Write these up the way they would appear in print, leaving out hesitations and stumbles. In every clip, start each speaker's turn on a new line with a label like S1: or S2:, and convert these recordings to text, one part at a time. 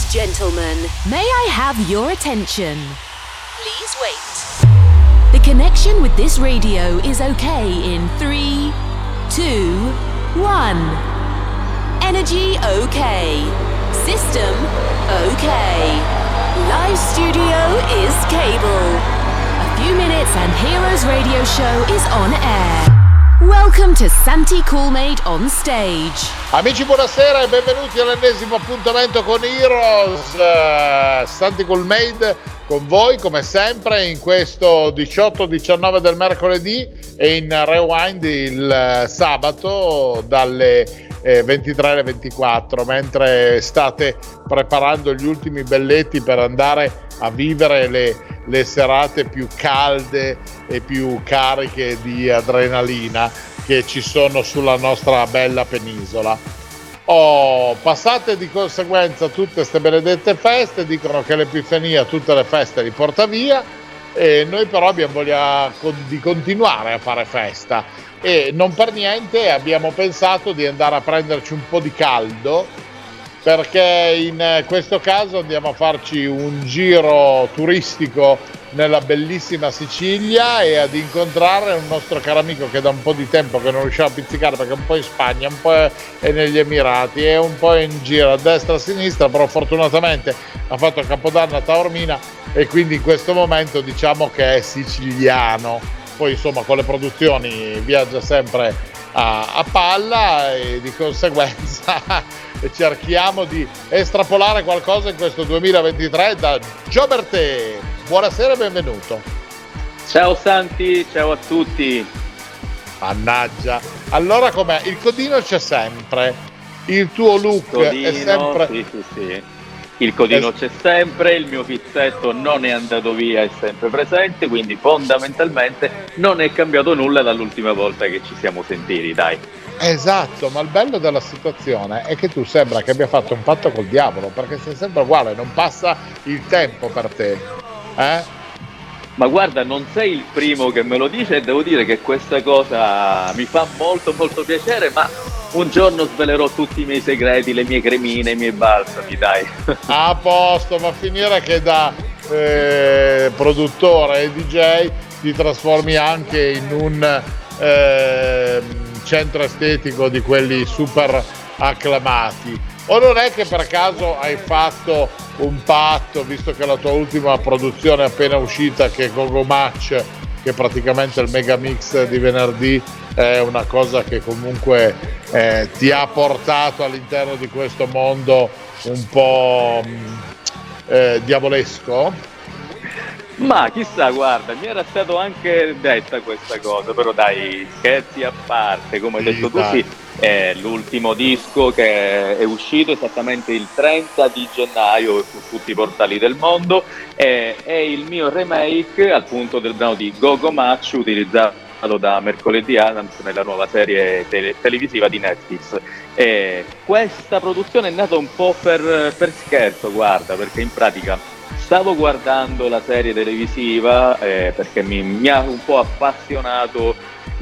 S1: Gentlemen, may I have your attention? Please wait. The connection with this radio is okay in 3, 2, 1. Energy okay. System okay. Live studio is cable. A few minutes and Heroes Radio Show is on air. Welcome to Santi Coolmade on stage.
S2: Amici, buonasera e benvenuti all'ennesimo appuntamento con Heroes. Santi Coolmade con voi come sempre in questo 18-19 del mercoledì e in rewind il sabato dalle 23 alle 24, mentre state preparando gli ultimi belletti per andare a vivere le serate più calde e più cariche di adrenalina che ci sono sulla nostra bella penisola. Passate di conseguenza tutte queste benedette feste, dicono che l'Epifania tutte le feste li porta via, e noi però abbiamo voglia di continuare a fare festa e non per niente abbiamo pensato di andare a prenderci un po' di caldo, perché in questo caso andiamo a farci un giro turistico nella bellissima Sicilia e ad incontrare un nostro caro amico che da un po' di tempo che non riusciamo a pizzicare, perché è un po' in Spagna, un po' è negli Emirati, è un po' in giro a destra e a sinistra, però fortunatamente ha fatto il Capodanno a Taormina e quindi in questo momento diciamo che è siciliano. Poi insomma con le produzioni viaggia sempre a palla e di conseguenza cerchiamo di estrapolare qualcosa in questo 2023 da Giobertè. Buonasera e benvenuto.
S3: Ciao Santi, ciao a tutti.
S2: Mannaggia. Allora com'è? Il codino c'è sempre, il tuo look è sempre...
S3: Sì. Il codino c'è sempre, il mio pizzetto non è andato via, è sempre presente, quindi fondamentalmente non è cambiato nulla dall'ultima volta che ci siamo sentiti, dai.
S2: Esatto, ma il bello della situazione è che tu sembra che abbia fatto un patto col diavolo, perché sei sempre uguale, non passa il tempo per te, eh?
S3: Ma guarda, non sei il primo che me lo dice e devo dire che questa cosa mi fa molto molto piacere, ma un giorno svelerò tutti i miei segreti, le mie cremine, i miei balsami, dai.
S2: A posto, ma finire che da produttore e DJ ti trasformi anche in un centro estetico di quelli super acclamati. O non è che per caso hai fatto un patto, visto che la tua ultima produzione è appena uscita, che è Gogo Match, che è praticamente il mega mix di venerdì, è una cosa che comunque ti ha portato all'interno di questo mondo un po' diavolesco?
S3: Ma chissà, guarda, mi era stato anche detta questa cosa, però dai, scherzi a parte, come hai detto tu, sì, è l'ultimo disco che è uscito esattamente il 30 di gennaio su tutti i portali del mondo, è il mio remake appunto del brano di Gogo Match utilizzato da Mercoledì Addams nella nuova serie televisiva di Netflix. E questa produzione è nata un po' per scherzo, guarda, perché in pratica stavo guardando la serie televisiva perché mi ha un po' appassionato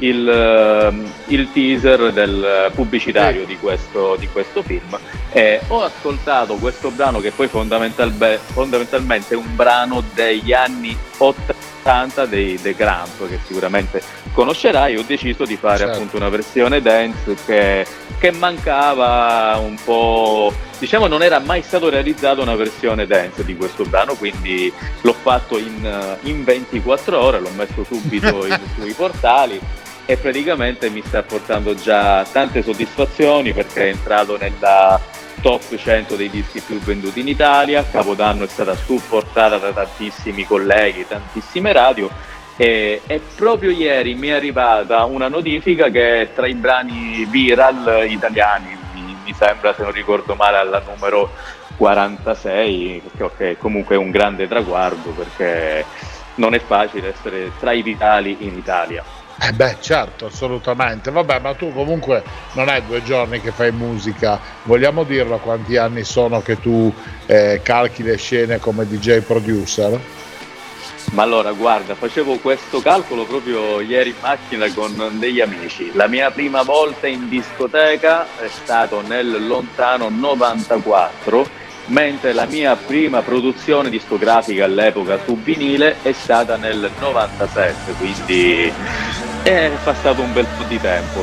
S3: il teaser del pubblicitario di questo film. Ho ascoltato questo brano che poi fondamentalmente è un brano degli anni 80 dei The Cramp, che sicuramente conoscerai. Ho deciso di fare appunto una versione dance che mancava un po', diciamo non era mai stato realizzato una versione dance di questo brano, quindi l'ho fatto in 24 ore, l'ho messo subito sui portali e praticamente mi sta portando già tante soddisfazioni, perché è entrato nella top 100 dei dischi più venduti in Italia. Capodanno è stata supportata da tantissimi colleghi, tantissime radio, e proprio ieri mi è arrivata una notifica che è tra i brani viral italiani, mi sembra, se non ricordo male, alla numero 46, che comunque è un grande traguardo, perché non è facile essere tra i vitali in Italia.
S2: Beh, certo, assolutamente. Vabbè, ma tu comunque non è 2 giorni che fai musica. Vogliamo dirlo quanti anni sono che tu calchi le scene come DJ producer?
S3: Ma allora, guarda, facevo questo calcolo proprio ieri in macchina con degli amici. La mia prima volta in discoteca è stato nel lontano 94 mentre la mia prima produzione discografica all'epoca su vinile è stata nel 97, quindi è passato un bel po' di tempo.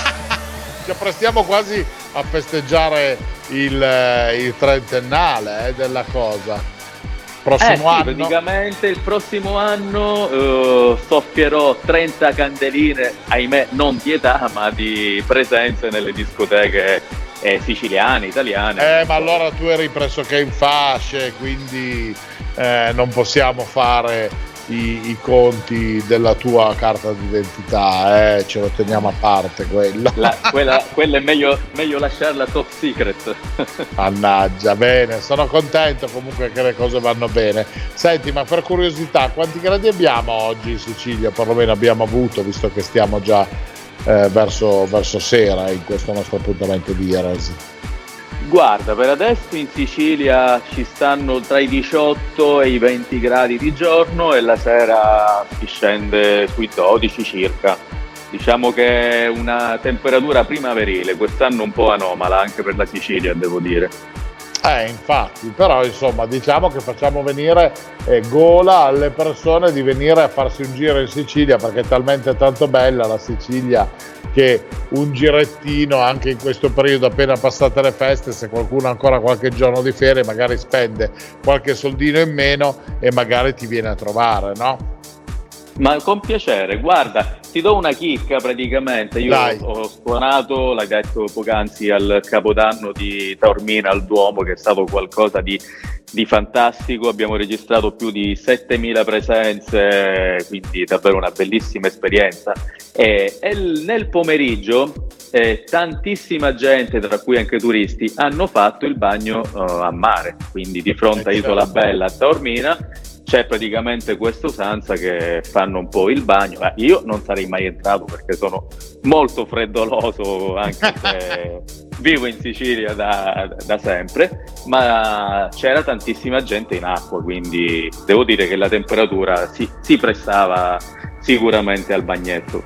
S2: Ci apprestiamo quasi a festeggiare il trentennale della cosa. Prossimo anno?
S3: Praticamente il prossimo anno soffierò 30 candeline, ahimè non di età ma di presenze nelle discoteche siciliane, italiane.
S2: Ma allora tu eri pressoché in fasce, quindi non possiamo fare i conti della tua carta d'identità, ce lo teniamo a parte quella.
S3: Quella è meglio lasciarla top secret.
S2: Mannaggia, bene, sono contento comunque che le cose vanno bene. Senti, ma per curiosità, quanti gradi abbiamo oggi in Sicilia? Perlomeno abbiamo avuto, visto che stiamo già verso sera in questo nostro appuntamento di Heroes.
S3: Guarda, per adesso in Sicilia ci stanno tra i 18 e i 20 gradi di giorno e la sera si scende sui 12 circa. Diciamo che è una temperatura primaverile, quest'anno un po' anomala anche per la Sicilia, devo dire.
S2: Infatti, però insomma diciamo che facciamo venire gola alle persone di venire a farsi un giro in Sicilia, perché è talmente tanto bella la Sicilia che un girettino anche in questo periodo appena passate le feste, se qualcuno ha ancora qualche giorno di ferie magari spende qualche soldino in meno e magari ti viene a trovare, no?
S3: Ma con piacere, guarda, ti do una chicca praticamente. Io ho suonato, l'hai detto poc'anzi, al Capodanno di Taormina al Duomo, che è stato qualcosa di fantastico. Abbiamo registrato più di 7.000 presenze, quindi davvero una bellissima esperienza. E nel pomeriggio tantissima gente, tra cui anche turisti, hanno fatto il bagno a mare, quindi di fronte a Isola Bella a Taormina. C'è praticamente questa usanza che fanno un po' il bagno. Io non sarei mai entrato perché sono molto freddoloso, anche se vivo in Sicilia da sempre, ma c'era tantissima gente in acqua, quindi devo dire che la temperatura si prestava sicuramente al bagnetto.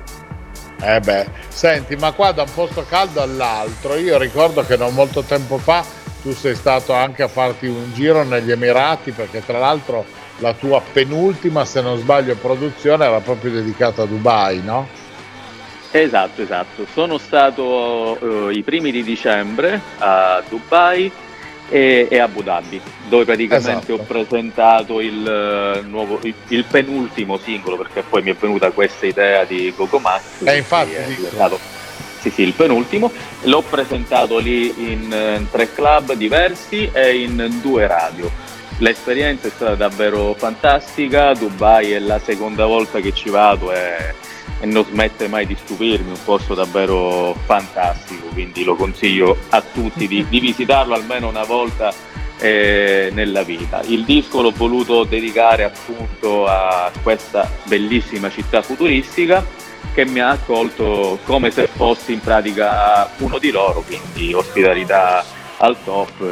S2: Senti, ma qua da un posto caldo all'altro, io ricordo che non molto tempo fa tu sei stato anche a farti un giro negli Emirati, perché tra l'altro la tua penultima, se non sbaglio, produzione era proprio dedicata a Dubai, no?
S3: Esatto. Sono stato i primi di dicembre a Dubai e a Abu Dhabi, dove praticamente ho presentato il penultimo singolo, perché poi mi è venuta questa idea di Gogo Max.
S2: Infatti
S3: Sì, il penultimo. L'ho presentato lì in 3 club diversi e in 2 radio. L'esperienza è stata davvero fantastica. Dubai è la seconda volta che ci vado e non smette mai di stupirmi, un posto davvero fantastico, quindi lo consiglio a tutti di visitarlo almeno una volta nella vita. Il disco l'ho voluto dedicare appunto a questa bellissima città futuristica che mi ha accolto come se fossi in pratica uno di loro, quindi ospitalità al top.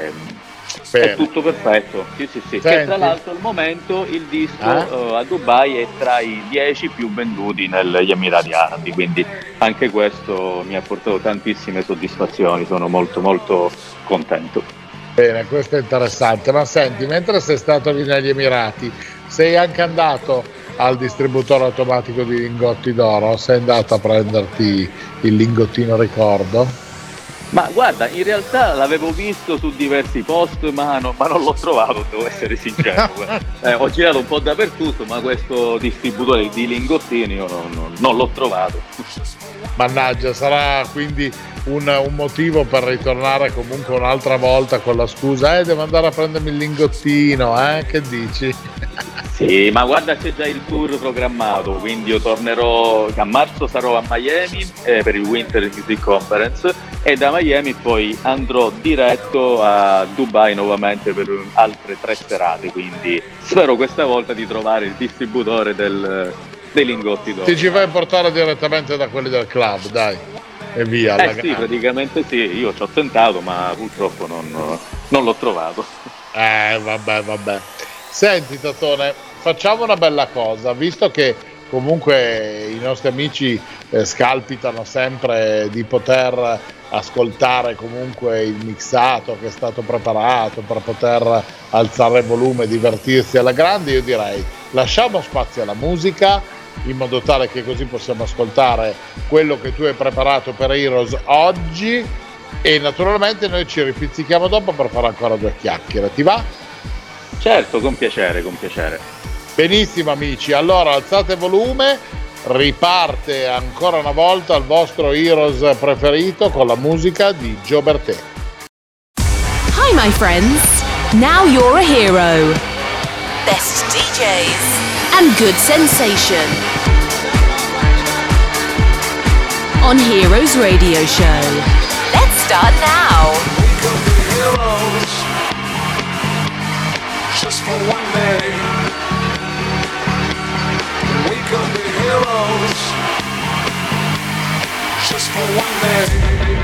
S3: È tutto perfetto, sì. Che tra l'altro al momento il disco a Dubai è tra i 10 più venduti negli Emirati Arabi, quindi anche questo mi ha portato tantissime soddisfazioni, sono molto molto contento.
S2: Bene, questo è interessante. Ma senti, mentre sei stato lì negli Emirati, sei anche andato al distributore automatico di lingotti d'oro? Sei andato a prenderti il lingottino ricordo?
S3: Ma guarda, in realtà l'avevo visto su diversi post, ma non l'ho trovato, devo essere sincero. Ho girato un po' dappertutto, ma questo distributore di lingottini io non l'ho trovato.
S2: Mannaggia, sarà quindi un motivo per ritornare comunque un'altra volta con la scusa devo andare a prendermi il lingottino, che dici?
S3: Sì, ma guarda, c'è già il tour programmato, quindi io tornerò, a marzo sarò a Miami per il Winter Music Conference e da Miami poi andrò diretto a Dubai nuovamente per altre 3 serate, quindi spero questa volta di trovare il distributore dei lingotti d'oro.
S2: Ti ci fai portare direttamente da quelli del club, dai, e via.
S3: Sì, praticamente sì, io ci ho tentato ma purtroppo non l'ho trovato.
S2: Vabbè. Senti Tatone, facciamo una bella cosa, visto che comunque i nostri amici scalpitano sempre di poter ascoltare comunque il mixato che è stato preparato per poter alzare il volume e divertirsi alla grande, io direi lasciamo spazio alla musica in modo tale che così possiamo ascoltare quello che tu hai preparato per Heroes oggi, e naturalmente noi ci ripizzichiamo dopo per fare ancora due chiacchiere. Ti va?
S3: Certo, con piacere, con piacere.
S2: Benissimo amici, allora alzate volume, riparte ancora una volta il vostro Heroes preferito con la musica di Joe Berté.
S1: Hi my friends, now you're a hero. Best DJs and good sensation on Heroes Radio Show. Let's start now.
S4: We could be heroes just for one day. We could be heroes just for one day.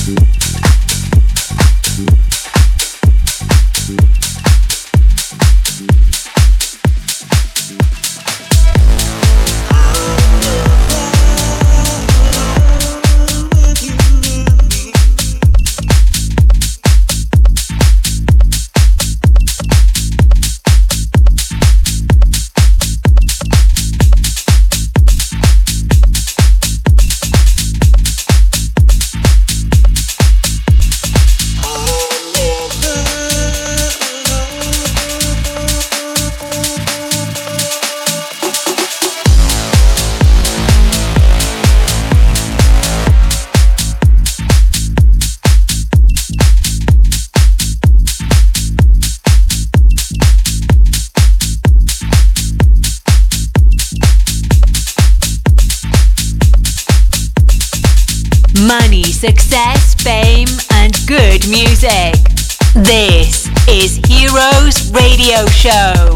S1: Money, success, fame, and good music. This is Heroes Radio Show.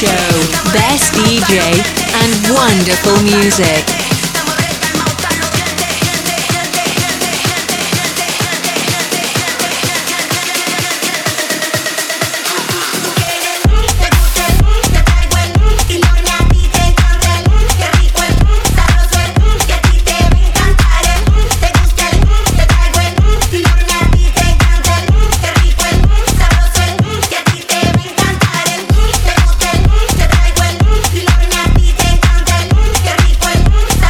S1: show, best DJ, and wonderful music.
S5: Te traigo el, te traigo el, y lo ven a ti te encanta el, qué rico el,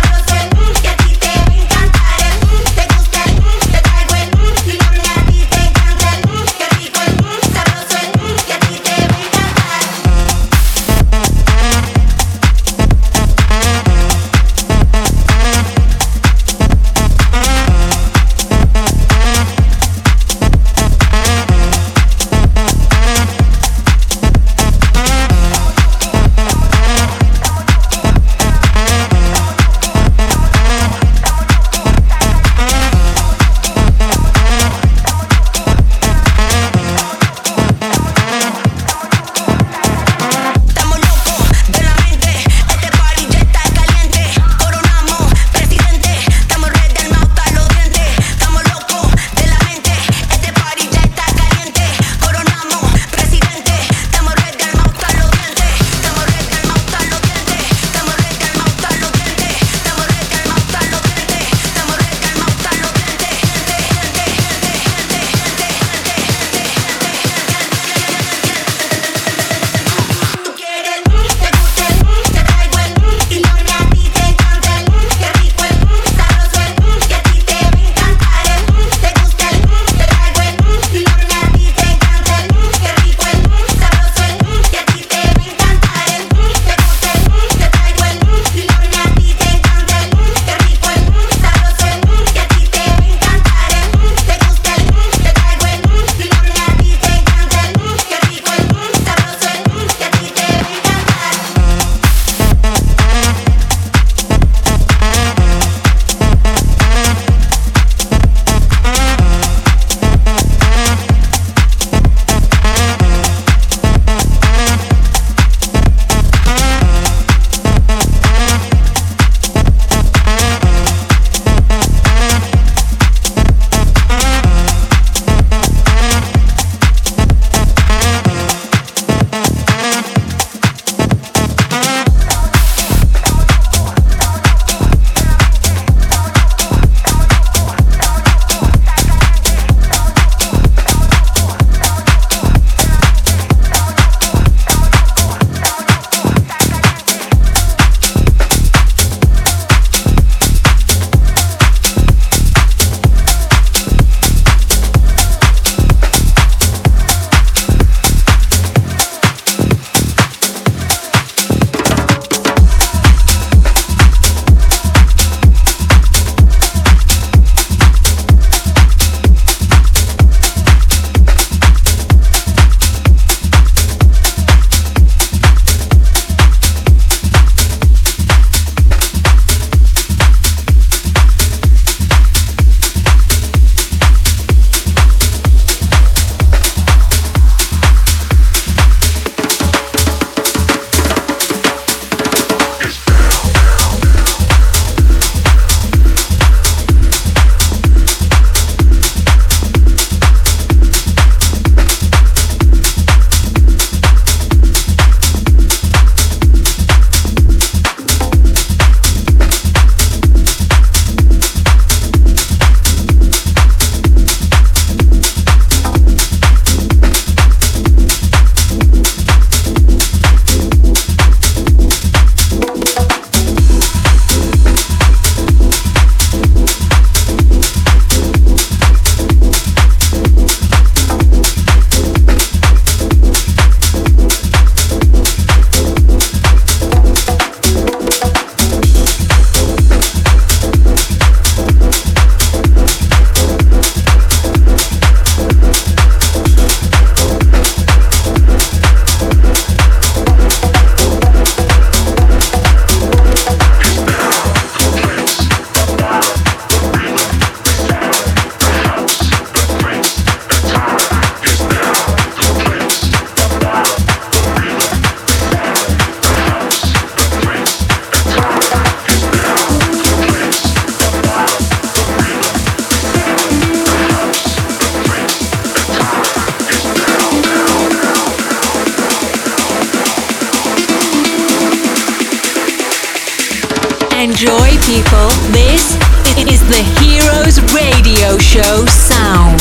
S1: Enjoy, people. This is the Heroes Radio Show sound.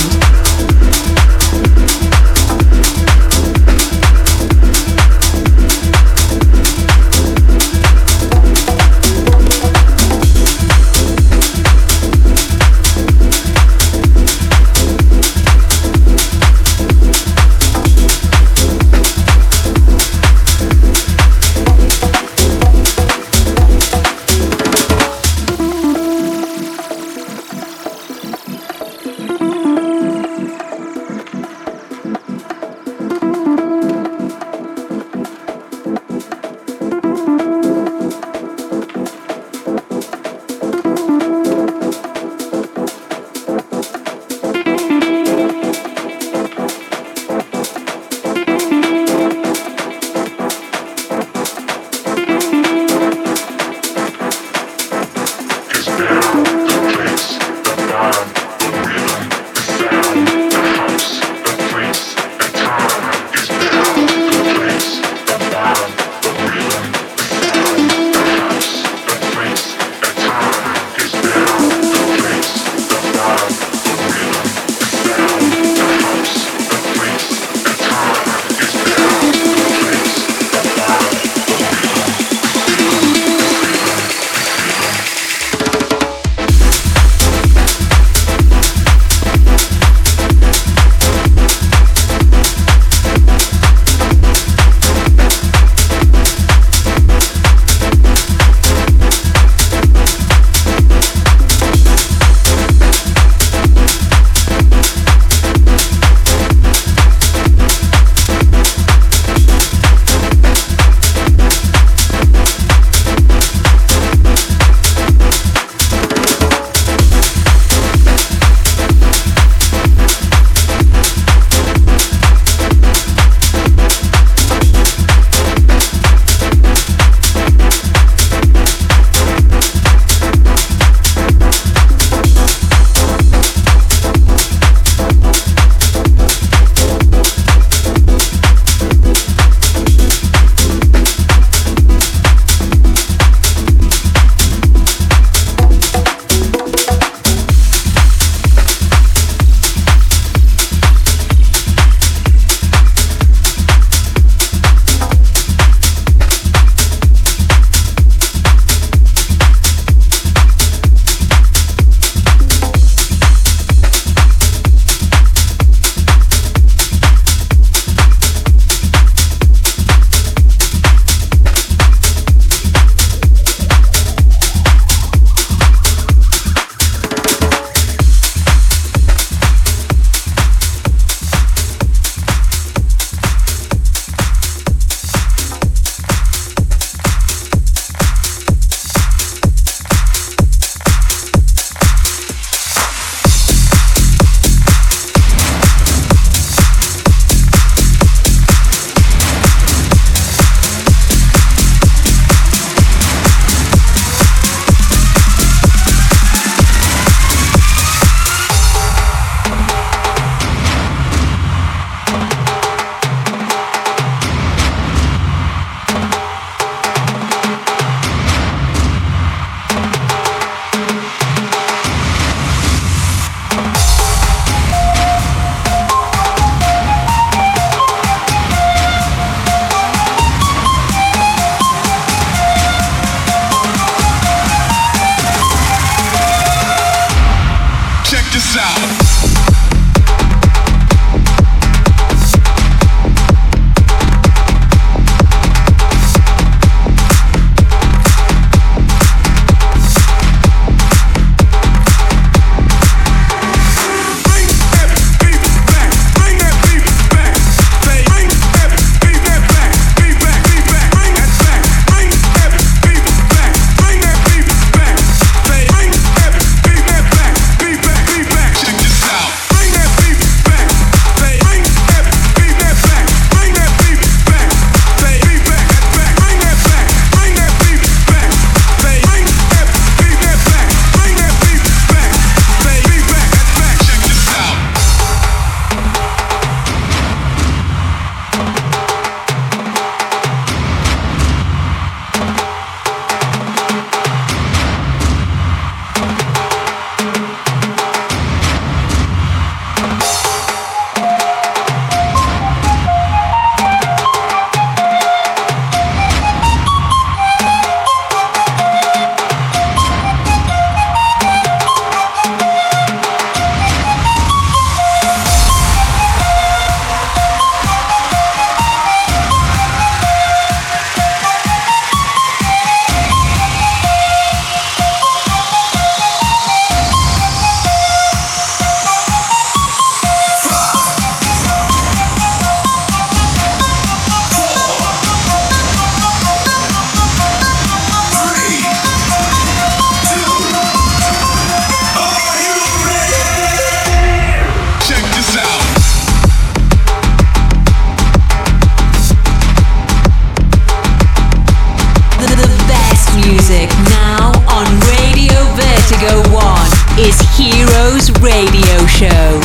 S1: Heroes Radio Show.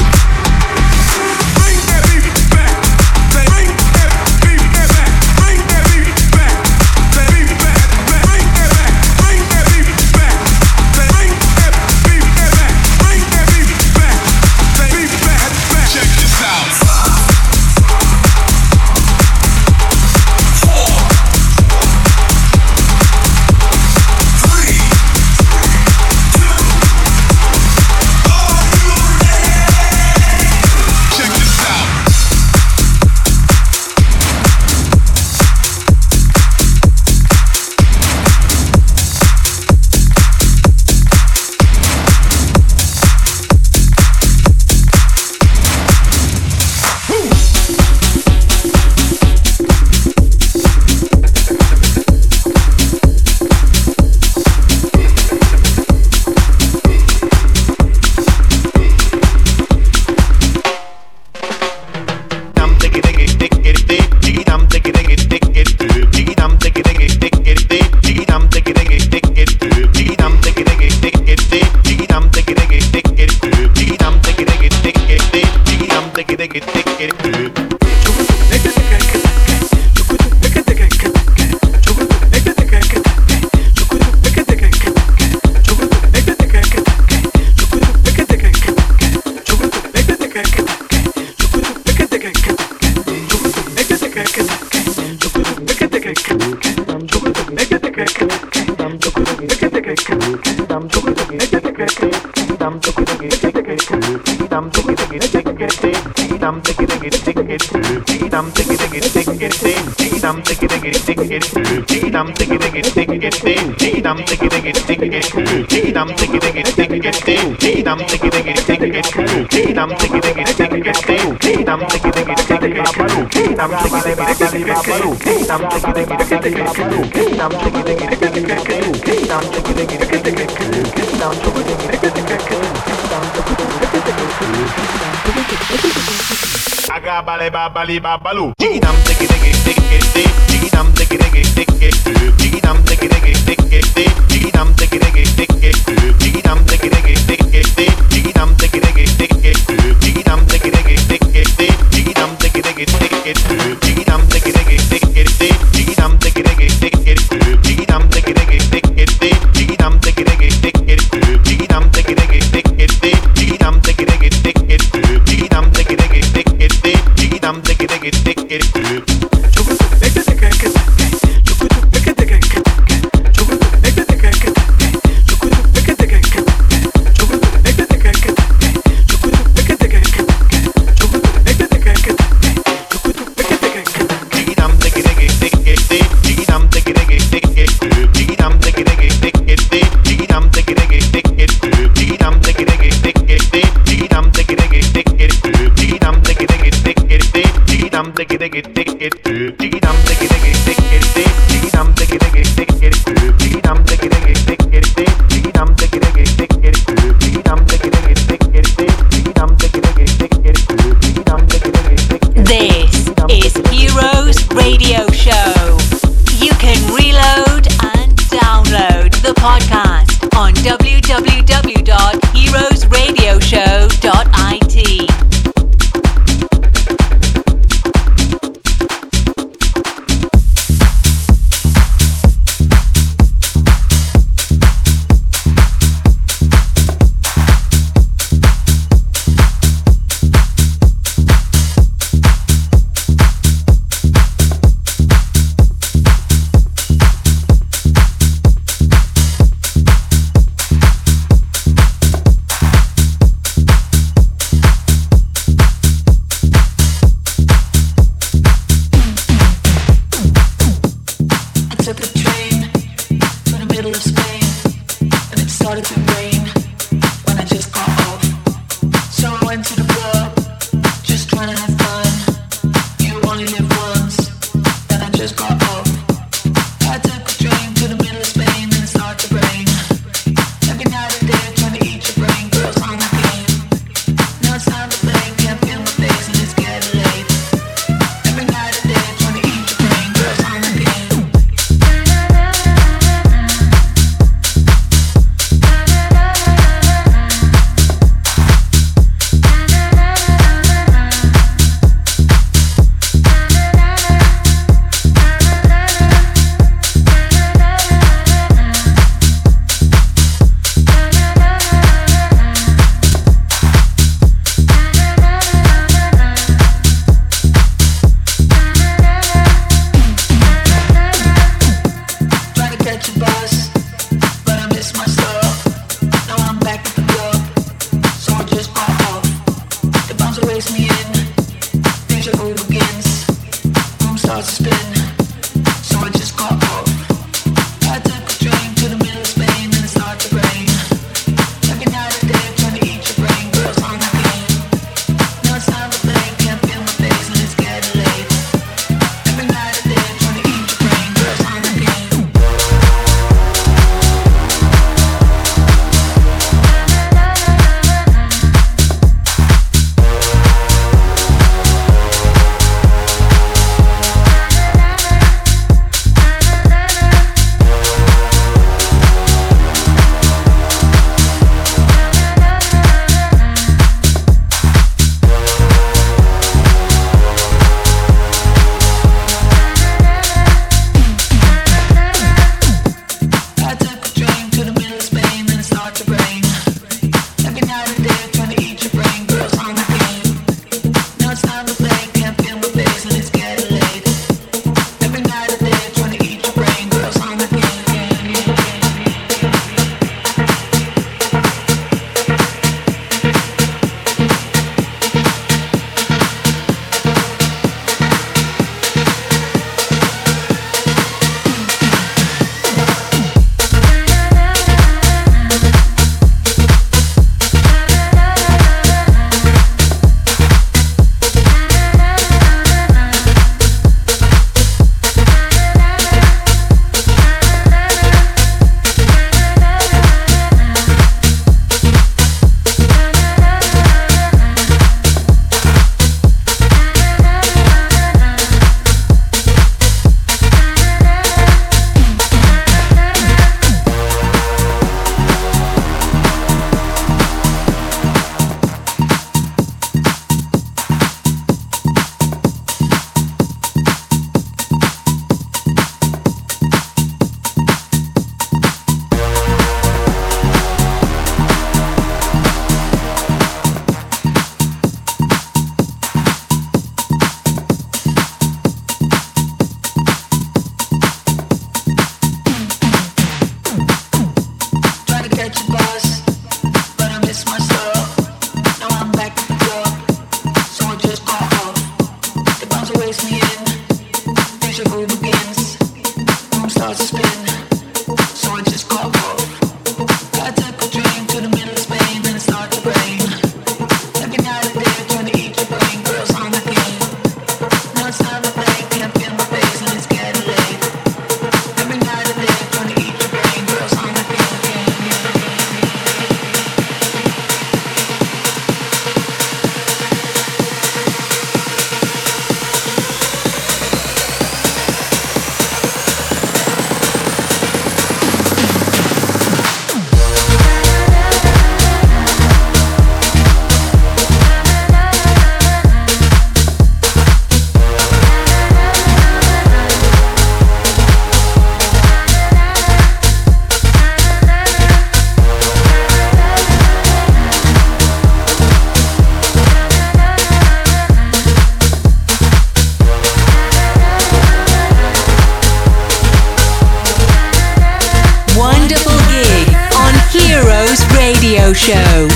S1: Show.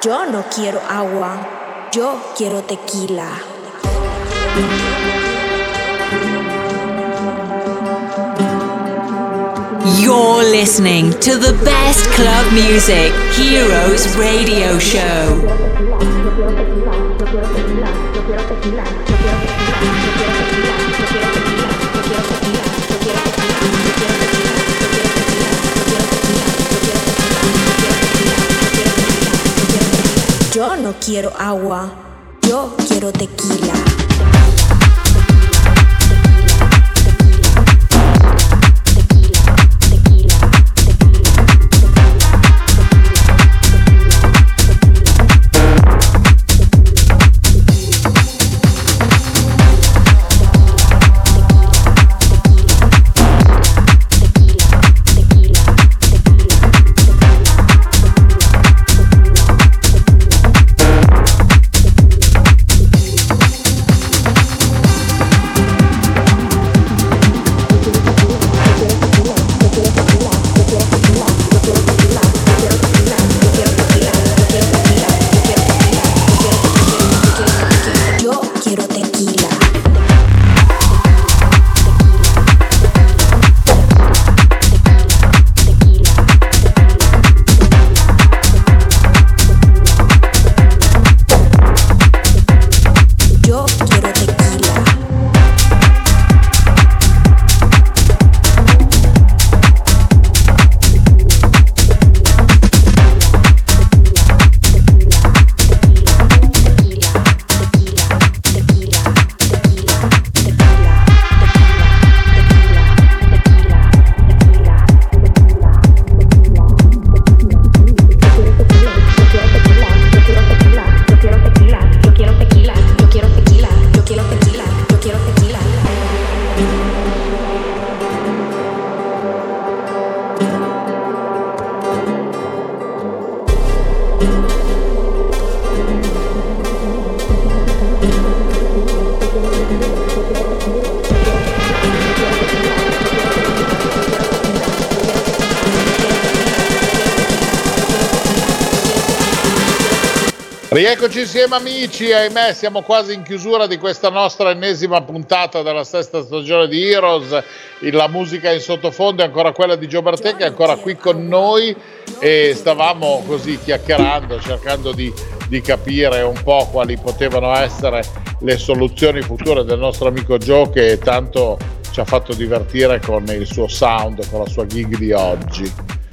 S5: Yo no quiero agua, yo quiero tequila.
S1: You're listening to the best club music, Heroes Radio Show.
S5: Yo no quiero agua, yo quiero tequila.
S2: Rieccoci insieme amici, ahimè siamo quasi in chiusura di questa nostra ennesima puntata della sesta stagione di Heroes. La musica in sottofondo è ancora quella di Giobertè, che è ancora qui con noi, e stavamo così chiacchierando, cercando di capire un po' quali potevano essere le soluzioni future del nostro amico Joe, che tanto ci ha fatto divertire con il suo sound, con la sua gig di oggi.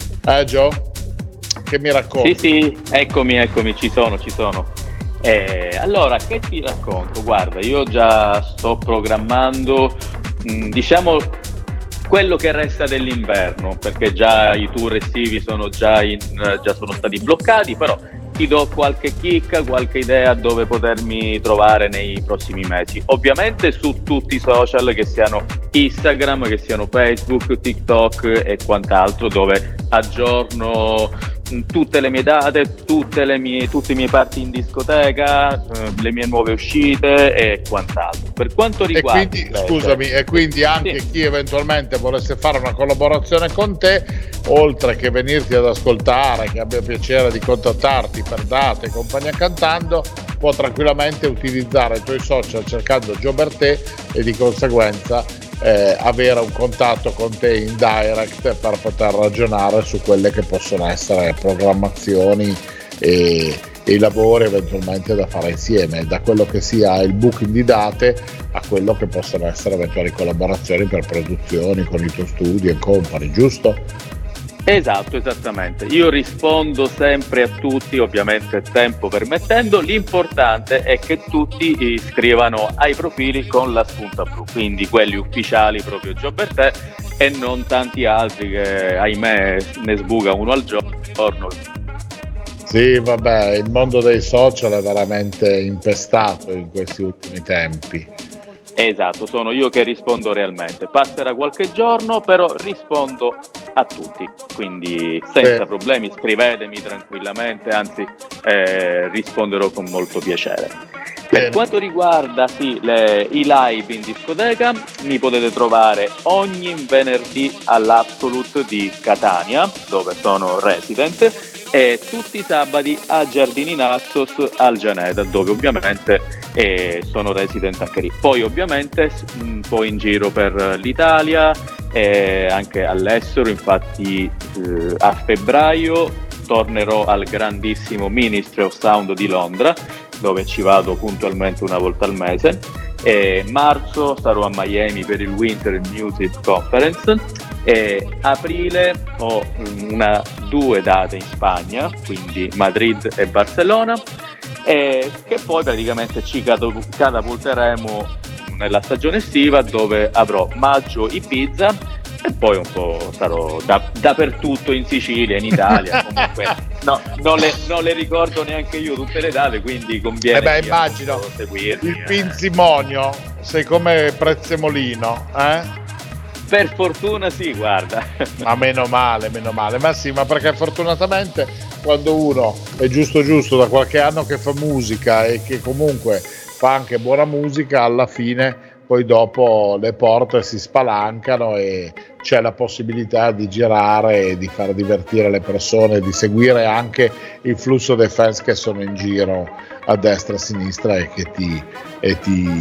S2: Joe? Che mi racconti?
S3: Sì, eccomi, ci sono. Allora, che ti racconto? Guarda, io già sto programmando, diciamo, quello che resta dell'inverno, perché già i tour estivi sono già sono stati bloccati, però ti do qualche chicca, qualche idea dove potermi trovare nei prossimi mesi. Ovviamente su tutti i social, che siano Instagram, che siano Facebook, TikTok e quant'altro, dove aggiorno tutte le mie date, tutte i miei party in discoteca, le mie nuove uscite e quant'altro. Per quanto riguarda
S2: e quindi anche chi eventualmente volesse fare una collaborazione con te, oltre che venirti ad ascoltare, che abbia piacere di contattarti per date e compagnia cantando, può tranquillamente utilizzare i tuoi social cercando Giobertè e di conseguenza avere un contatto con te in direct per poter ragionare su quelle che possono essere programmazioni e i lavori eventualmente da fare insieme, da quello che sia il booking di date a quello che possono essere eventuali collaborazioni per produzioni con il tuo studio e company, giusto?
S3: Esatto, esattamente. Io rispondo sempre a tutti, ovviamente tempo permettendo. L'importante è che tutti iscrivano ai profili con la spunta blu, quindi quelli ufficiali proprio Giobertè, e non tanti altri che ahimè ne sbuca uno al giorno.
S2: Sì, vabbè, il mondo dei social è veramente impestato in questi ultimi tempi.
S3: Esatto, sono io che rispondo realmente. Passerà qualche giorno, però rispondo a tutti, quindi senza problemi, scrivetemi tranquillamente, anzi risponderò con molto piacere. Per quanto riguarda i live in discoteca, mi potete trovare ogni venerdì all'Absolute di Catania, dove sono resident, e tutti i sabati a Giardini Naxos al Gianeda, dove ovviamente sono resident anche lì. Poi ovviamente un po' in giro per l'Italia e anche all'estero, infatti a febbraio tornerò al grandissimo Ministry of Sound di Londra, dove ci vado puntualmente una volta al mese. E marzo sarò a Miami per il Winter Music Conference, e aprile ho 2 date in Spagna, quindi Madrid e Barcellona, e che poi praticamente ci catapulteremo nella stagione estiva, dove avrò maggio Ibiza e poi un po' sarò dappertutto in Sicilia, in Italia. Comunque non le ricordo neanche io tutte le date, quindi conviene
S2: immagino
S3: seguirmi.
S2: Il Pinzimonio, sei come Prezzemolino,
S3: Per fortuna sì, guarda.
S2: Ma meno male, ma sì, ma perché fortunatamente quando uno è giusto da qualche anno che fa musica e che comunque fa anche buona musica, alla fine poi dopo le porte si spalancano e c'è la possibilità di girare e di far divertire le persone, di seguire anche il flusso dei fans che sono in giro a destra e a sinistra e che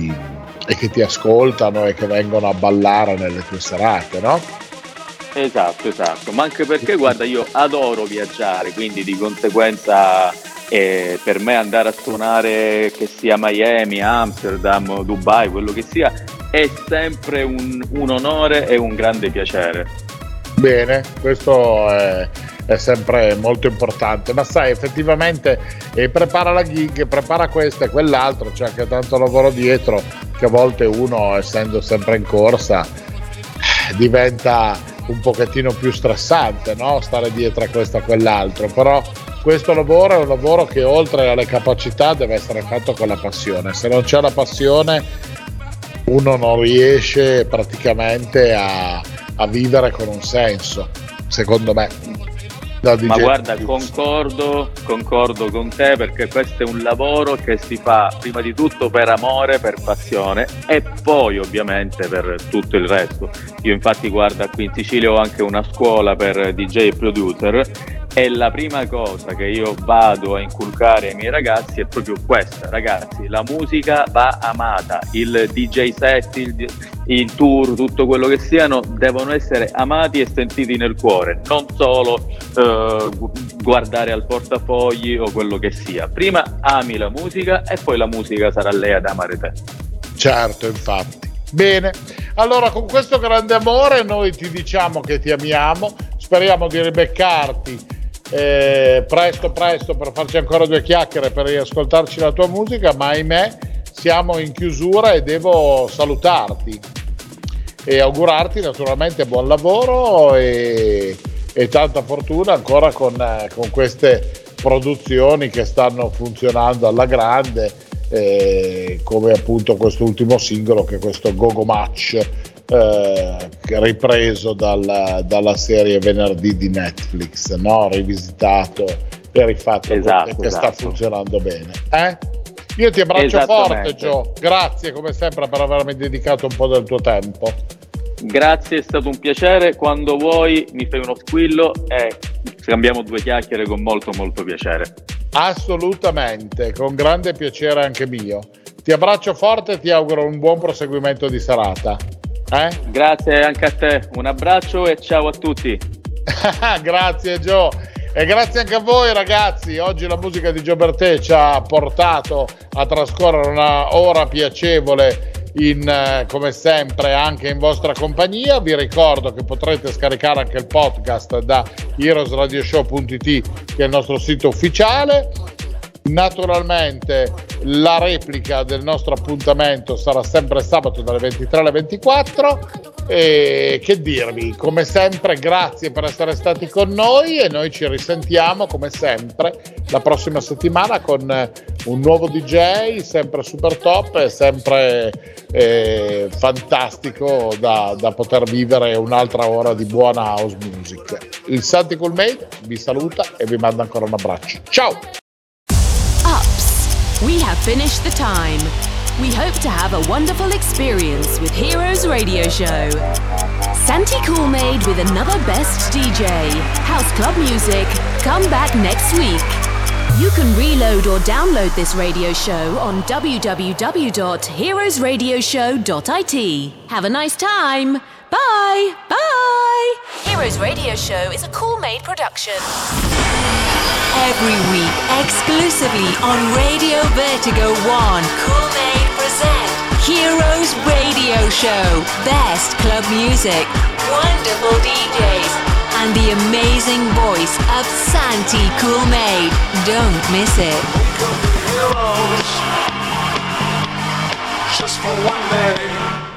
S2: ti ascoltano e che vengono a ballare nelle tue serate, no?
S3: Esatto, ma anche perché guarda, io adoro viaggiare, quindi di conseguenza per me andare a suonare, che sia Miami, Amsterdam, Dubai, quello che sia, è sempre un onore e un grande piacere.
S2: Bene, questo è sempre molto importante, ma sai, effettivamente prepara la gig, prepara questo e quell'altro, c'è anche tanto lavoro dietro che a volte uno, essendo sempre in corsa, diventa un pochettino più stressante, no? Stare dietro a questo e a quell'altro, però questo lavoro è un lavoro che oltre alle capacità deve essere fatto con la passione. Se non c'è la passione uno non riesce praticamente a vivere con un senso, secondo me.
S3: Ma guarda, concordo con te, perché questo è un lavoro che si fa prima di tutto per amore, per passione e poi ovviamente per tutto il resto. Io infatti guarda, qui in Sicilia ho anche una scuola per DJ e producer e la prima cosa che io vado a inculcare ai miei ragazzi è proprio questa: ragazzi, la musica va amata, il DJ set, il tour, tutto quello che siano, devono essere amati e sentiti nel cuore, non solo guardare al portafogli o quello che sia. Prima ami la musica e poi la musica sarà lei ad amare te.
S2: Certo, infatti. Bene, allora con questo grande amore noi ti diciamo che ti amiamo, speriamo di ribeccarti presto per farci ancora 2 chiacchiere, per riascoltarci la tua musica, ma ahimè siamo in chiusura e devo salutarti e augurarti naturalmente buon lavoro e tanta fortuna ancora con queste produzioni che stanno funzionando alla grande, come appunto quest'ultimo singolo, che è questo Go-Go Match, ripreso dalla serie Venerdì di Netflix, no? Rivisitato e rifatto, che sta funzionando bene. Io ti abbraccio forte, Gio, grazie come sempre per avermi dedicato un po' del tuo tempo.
S3: Grazie, è stato un piacere. Quando vuoi mi fai uno squillo e scambiamo 2 chiacchiere con molto molto piacere.
S2: Assolutamente, con grande piacere anche mio. Ti abbraccio forte e ti auguro un buon proseguimento di serata.
S3: Grazie anche a te, un abbraccio e ciao a tutti.
S2: Grazie Gio, e grazie anche a voi ragazzi. Oggi la musica di Gio Bertè ci ha portato a trascorrere una ora piacevole come sempre anche in vostra compagnia. Vi ricordo che potrete scaricare anche il podcast da heroesradioshow.it, che è il nostro sito ufficiale. Naturalmente la replica del nostro appuntamento sarà sempre sabato dalle 23 alle 24 e che dirvi, come sempre grazie per essere stati con noi e noi ci risentiamo come sempre la prossima settimana con un nuovo DJ sempre super top e sempre fantastico da poter vivere un'altra ora di buona house music. Il Santi Cool Made vi saluta e vi manda ancora un abbraccio. Ciao!
S1: We have finished the time. We hope to have a wonderful experience with Heroes Radio Show. Santi Coolmade with another Best DJ. House Club Music. Come back next week. You can reload or download this radio show on www.heroesradioshow.it. Have a nice time. Bye. Bye. Heroes Radio Show is a Coolmade production.
S6: Every week, exclusively on Radio Vertigo 1, Coolmade present Heroes Radio Show. Best club music, wonderful DJs, and the amazing voice of Santi Coolmade. Don't miss it.
S4: We could be heroes just for one day.